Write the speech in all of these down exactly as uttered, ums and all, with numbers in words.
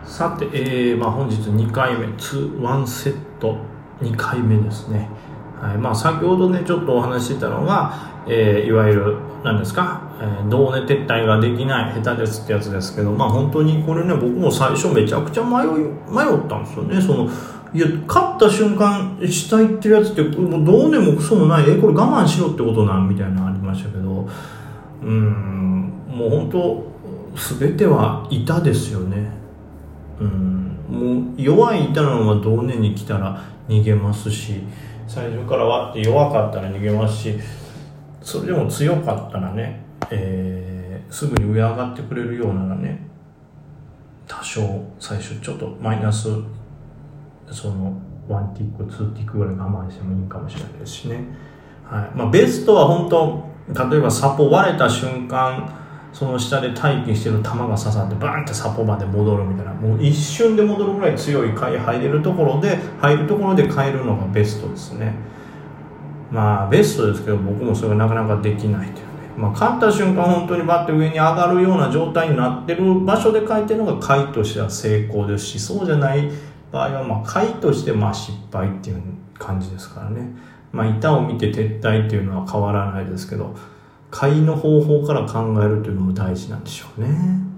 さて、えーまあ、本日にかいめ、ワンセットにかいめですね。はいまあ、先ほどねちょっとお話ししてたのが、えー、いわゆる何ですか、えー、同値撤退ができない下手ですってやつですけど、まあ本当にこれね僕も最初めちゃくちゃ迷い迷ったんですよね。そのいや勝った瞬間下行ってるやつってもうどうでもクソもない、えこれ我慢しろってことなんみたいなのありましたけど、うーんもう本当全ては板ですよね。うんもう弱い板なのは同値に来たら逃げますし、最初から割って弱かったら逃げますし、それでも強かったらね、えー、すぐに上上がってくれるようならね、多少最初ちょっとマイナスそのワンティックツーティックぐらい我慢してもいいかもしれないですしね。はいまあ、ベストは本当例えばサポ割れた瞬間その下で待機してる球が刺さってバーンってサポまで戻るみたいな、もう一瞬で戻るぐらい強い回入れるところで入るところで変えるのがベストですね。まあベストですけど僕もそれがなかなかできないというね。まあ勝った瞬間本当にバッて上に上がるような状態になってる場所で変えてるのが回としては成功ですし、そうじゃない場合はまあ回としてまあ失敗っていう感じですからね。まあ板を見て撤退っていうのは変わらないですけど、買いの方法から考えるというのも大事なんでしょうね。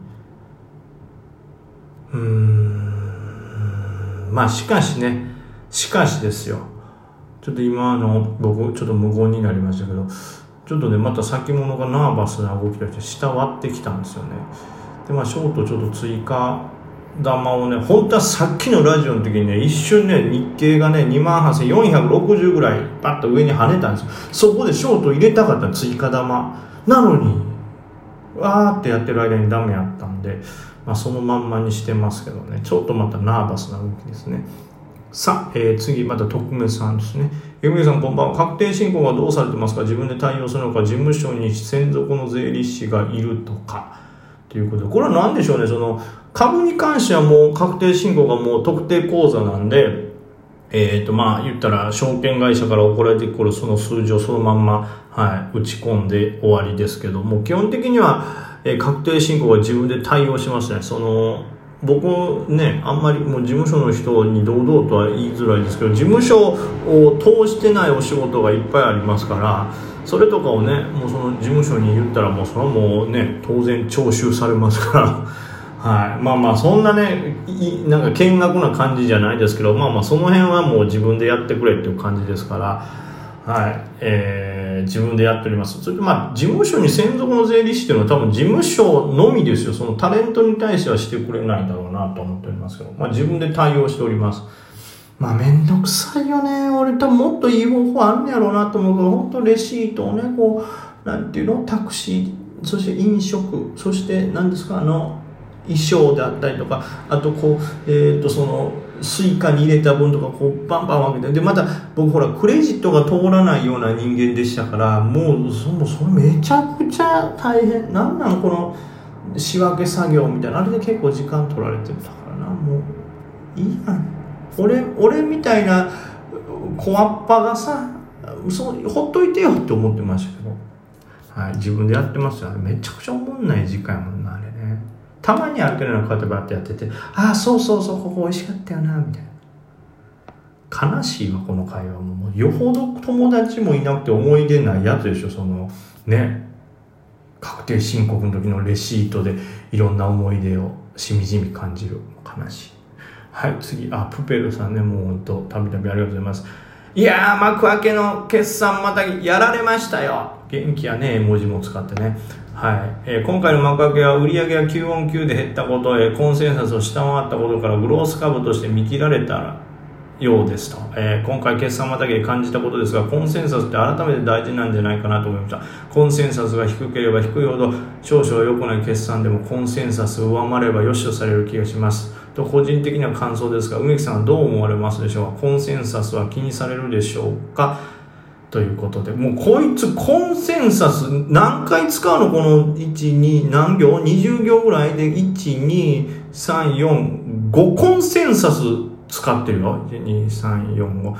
うーんまあしかしねしかしですよ、ちょっと今の僕ちょっと無言になりましたけど、ちょっとねまた先物がナーバスな動きとして下割ってきたんですよね。でまあショートちょっと追加玉をね、本当はさっきのラジオの時にね一瞬ね日経がね にまんはっせんよんひゃくろくじゅうぐらいパッと上に跳ねたんですよ。そこでショート入れたかった追加玉なのにわーってやってる間にダメやったんで、まあ、そのまんまにしてますけどね、ちょっとまたナーバスな動きですね。さあ、えー、次また徳明さんですね。エミリさんこんばんは。確定申告はどうされてますか？自分で対応するのか、事務所に専属の税理士がいるとかということで、これは何でしょうね。その株に関してはもう確定申告がもう特定口座なんで、えーとまあ言ったら証券会社から送られてくるその数字をそのまんま、はい、打ち込んで終わりですけども、基本的には、えー、確定申告は自分で対応しますね。その僕ねあんまりもう事務所の人に堂々とは言いづらいですけど、事務所を通してないお仕事がいっぱいありますから、それとかをねもうその事務所に言ったらもうそれはもうね当然徴収されますからはい、まあまあそんなねなんか見学な感じじゃないですけど、まあまあその辺はもう自分でやってくれっていう感じですから、はい、えー、自分でやっております。それとまあ事務所に専属の税理士っていうのは多分事務所のみですよ。そのタレントに対してはしてくれないだろうなと思っておりますけど、まあ自分で対応しております。まあめんどくさいよね。俺多分もっといい方法あるんやろうなと思うけど、本当レシートをねこうなんていうのタクシー、そして飲食、そして何ですかあの衣装であったりとか、あとこう、えー、とそのスイカに入れた分とかこうバンバン分けて、でまた僕ほらクレジットが通らないような人間でしたから、もうそのそれめちゃくちゃ大変なんなんこの仕分け作業みたいな、あれで結構時間取られてたからな。もういいやん、俺俺みたいな小わっぱがさそうほっといてよって思ってましたけど、はい、自分でやってますよ。めちゃくちゃおもんない時間やもんなあれね。たまにあるけどな、こうやってバッてやってて、ああそうそうそうここ美味しかったよなみたいな。悲しいわこの会話も。もうよほど友達もいなくて思い出ないやつでしょ。そのね確定申告の時のレシートでいろんな思い出をしみじみ感じる。悲しい。はい次、あプペルさんね、もうほんとたびたびありがとうございます。いやー幕開けの決算またやられましたよ。元気やね絵文字も使ってね。はいえー、今回の幕開けは売上がきゅうオンきゅうで減ったこと、えー、コンセンサスを下回ったことからグロース株として見切られたようですと、えー、今回決算またぎで感じたことですが、コンセンサスって改めて大事なんじゃないかなと思いました。コンセンサスが低ければ低いほど少々良くない決算でもコンセンサスを上回れば良しとされる気がしますと個人的には感想ですが、梅木さんはどう思われますでしょうか。コンセンサスは気にされるでしょうかということで、もうこいつコンセンサス何回使うのこのいち、に何行にじゅう行ぐらいでいち、に、さん、よん、ごコンセンサス使ってるよ。いち、に、さん、よん、ご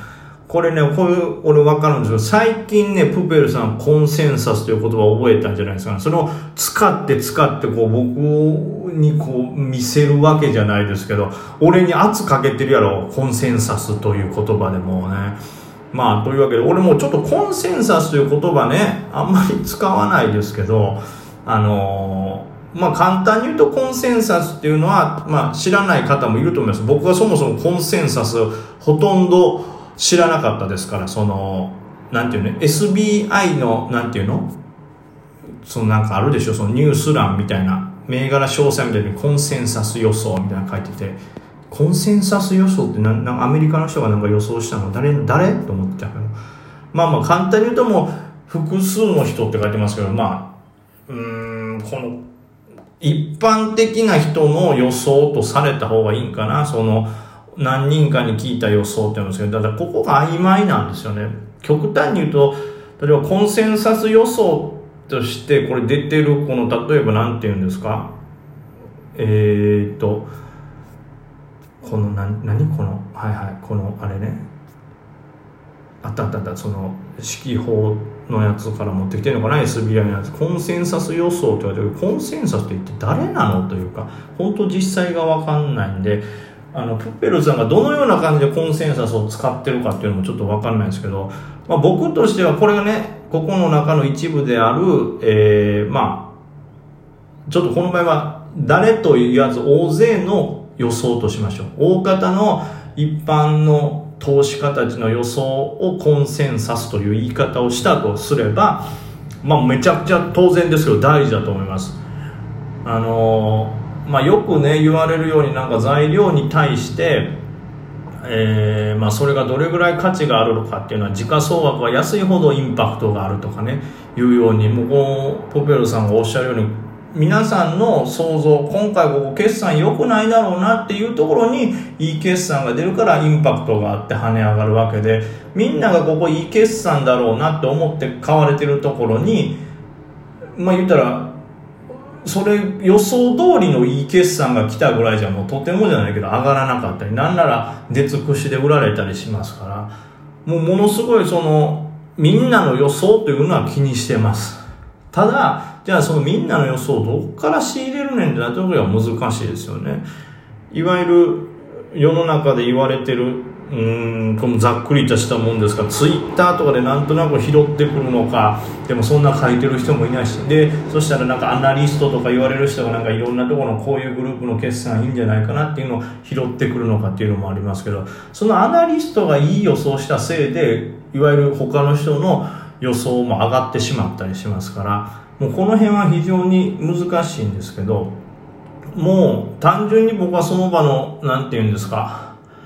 これね、こういう、俺わかるんですけど、最近ね、プペルさんコンセンサスという言葉を覚えたんじゃないですかね。それを使って使って、こう、僕にこう、見せるわけじゃないですけど、俺に圧かけてるやろ、コンセンサスという言葉でもね。まあ、というわけで、俺もちょっとコンセンサスという言葉ね、あんまり使わないですけど、あのー、まあ、簡単に言うとコンセンサスっていうのは、まあ、知らない方もいると思います。僕はそもそもコンセンサスほとんど知らなかったですから、その、なんていうの、エスビーアイ の、なんていうのそのなんかあるでしょ、そのニュース欄みたいな、銘柄詳細みたいにコンセンサス予想みたいなの書いてて、コンセンサス予想ってな、なんかアメリカの人がなんか予想したの誰、誰と思ってたけど、まあまあ簡単に言うともう、複数の人って書いてますけど、まあ、うーん、この、一般的な人の予想とされた方がいいんかな、その、何人かに聞いた予想って言うんですけど、ただここが曖昧なんですよね。極端に言うと、例えばコンセンサス予想としてこれ出てるこの、例えばなんて言うんですか、えーっとこのな何このはいはいこのあれね、あったあったあった、その指揮法のやつから持ってきてるのかな、 エスビーアイ のやつ、コンセンサス予想って言われてる。コンセンサスって一体誰なのというか、本当実際が分かんないんで、あのプペルさんがどのような感じでコンセンサスを使ってるかっていうのもちょっと分かんないですけど、まあ、僕としてはこれがね、ここの中の一部である、えー、まあちょっとこの場合は誰と言わず大勢の予想としましょう。大方の一般の投資家たちの予想をコンセンサスという言い方をしたとすれば、まあめちゃくちゃ当然ですけど大事だと思います。あのーまあ、よくね言われるように、なんか材料に対して、えーまあ、それがどれぐらい価値があるのかっていうのは、時価総額が安いほどインパクトがあるとかねいうように、もうこのポペルさんがおっしゃるように、皆さんの想像、今回ここ決算良くないだろうなっていうところにいい決算が出るからインパクトがあって跳ね上がるわけで、みんながここいい決算だろうなって思って買われてるところに、まあ言ったらそれ予想通りのいい決算が来たぐらいじゃもうとてもじゃないけど上がらなかったり、なんなら出尽くしで売られたりしますから、もうものすごいそのみんなの予想というのは気にしてます。ただじゃあそのみんなの予想をどこから仕入れるねんってなったところが難しいですよね。いわゆる世の中で言われてるうーんこのざっくりとしたもんですから、ツイッターとかでなんとなく拾ってくるのか、でもそんな書いてる人もいないし、でそしたらなんかアナリストとか言われる人がなんかいろんなところのこういうグループの決算いいんじゃないかなっていうのを拾ってくるのかっていうのもありますけど、そのアナリストがいい予想したせいでいわゆる他の人の予想も上がってしまったりしますから、もうこの辺は非常に難しいんですけど、もう単純に僕はその場のなんていうんですか、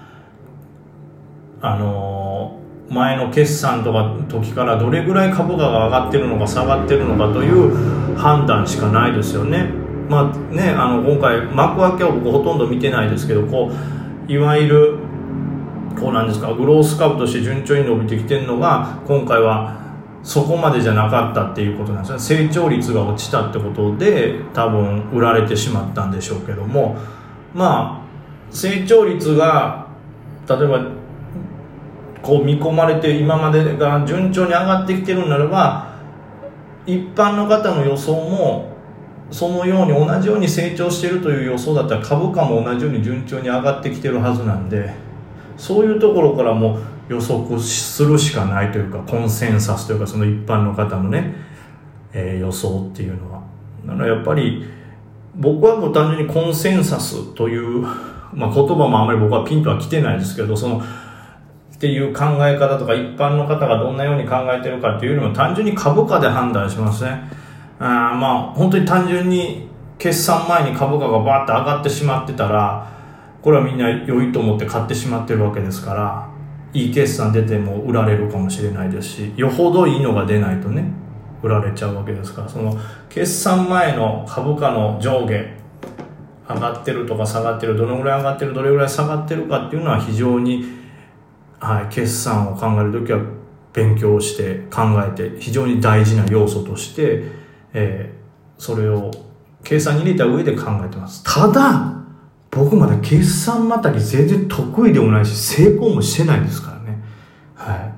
あのー、前の決算とか時からどれぐらい株価が上がってるのか下がってるのかという判断しかないですよね。まあね、あの今回幕開けは僕ほとんど見てないですけど、こういわゆるこうなんですか、グロース株として順調に伸びてきてるのが今回はそこまでじゃなかったっていうことなんですね。成長率が落ちたってことで多分売られてしまったんでしょうけども、まあ成長率が例えばこう見込まれて今までが順調に上がってきてるならば、一般の方の予想もそのように同じように成長しているという予想だったら株価も同じように順調に上がってきてるはずなんで、そういうところからも予測するしかないというか、コンセンサスというかその一般の方のね、えー、予想っていうのは、だからやっぱり僕はもう単純にコンセンサスという、まあ、言葉もあまり僕はピンとは来てないですけど、そのっていう考え方とか一般の方がどんなように考えてるかっていうよりも単純に株価で判断しますね。あまあ本当に単純に決算前に株価がバーッと上がってしまってたら、これはみんな良いと思って買ってしまってるわけですから、いい決算出ても売られるかもしれないですし、よほどいいのが出ないとね売られちゃうわけですから、その決算前の株価の上下上がってるとか下がってる、どのぐらい上がってるどれぐらい下がってるかっていうのは非常にはい、決算を考えるときは勉強して考えて非常に大事な要素として、えー、それを計算に入れた上で考えてます。ただ僕まだ決算またぎ全然得意でもないし成功もしてないですからね。はい。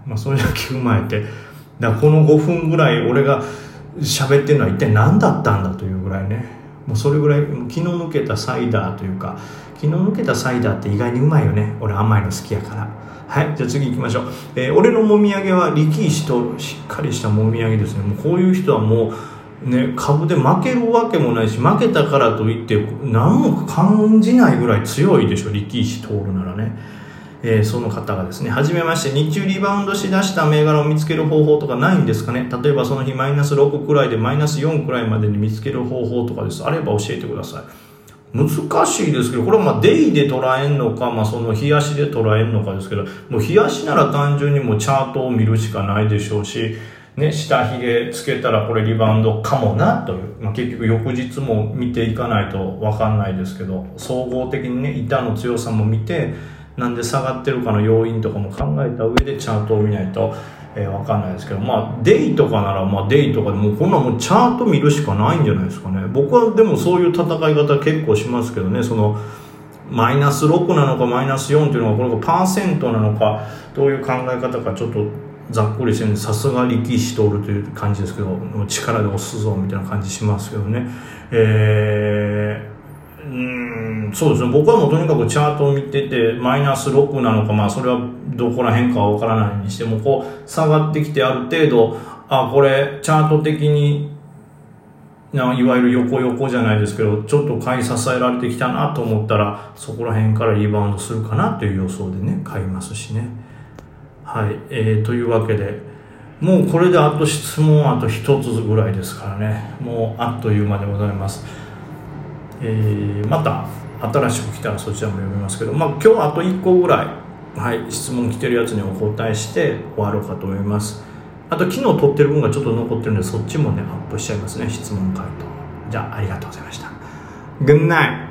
まあ、それだけ踏まえて、だからこのごふんぐらい俺が喋ってるのは一体何だったんだというぐらいね、もうそれぐらい気の抜けたサイダーというか、気の抜けたサイダーって意外にうまいよね。俺甘いの好きやから。はい、じゃあ次行きましょう。えー、俺のもみあげは力石としっかりしたもみあげですね。もうこういう人はもうね、株で負けるわけもないし、負けたからといって何も感じないぐらい強いでしょ、力石通るならね。えー、その方がですね、はじめまして、日中リバウンドしだした銘柄を見つける方法とかないんですかね。例えばその日マイナスろくくらいでマイナスよんくらいまでに見つける方法とかです。あれば教えてください。難しいですけど、これはまあデイで捉えんのか、まあその日足で捉えんのかですけど、もう日足なら単純にもうチャートを見るしかないでしょうし、ね、下髭つけたらこれリバウンドかもなという、まあ、結局翌日も見ていかないと分かんないですけど、総合的にね、板の強さも見て、なんで下がってるかの要因とかも考えた上でチャートを見ないと、えー、分かんないですけど、まあデイとかならまあデイとかでもうこんなもうチャート見るしかないんじゃないですかね。僕はでもそういう戦い方結構しますけどね、そのマイナスろくなのかマイナスよんというのがこれがパーセントなのかどういう考え方かちょっとざっくりしてるんで、さすが力士通るという感じですけど、力で押すぞみたいな感じしますけどね。えーうーんそうですね、僕はもうとにかくチャートを見ててマイナスろくなのか、まあそれはどこら辺かは分からないにしても、こう下がってきてある程度、あこれチャート的にないわゆる横横じゃないですけど、ちょっと買い支えられてきたなと思ったらそこら辺からリバウンドするかなという予想でね買いますしね。はい、えー、というわけでもうこれであと質問あと一つぐらいですからね、もうあっという間でございます。えー、また新しく来たらそちらも読みますけど、まあ今日はあといっこぐらい、はい、質問来てるやつにお答えして終わろうかと思います。あと昨日撮ってる分がちょっと残ってるんで、そっちもねアップしちゃいますね、質問回答。じゃあありがとうございました。Good night。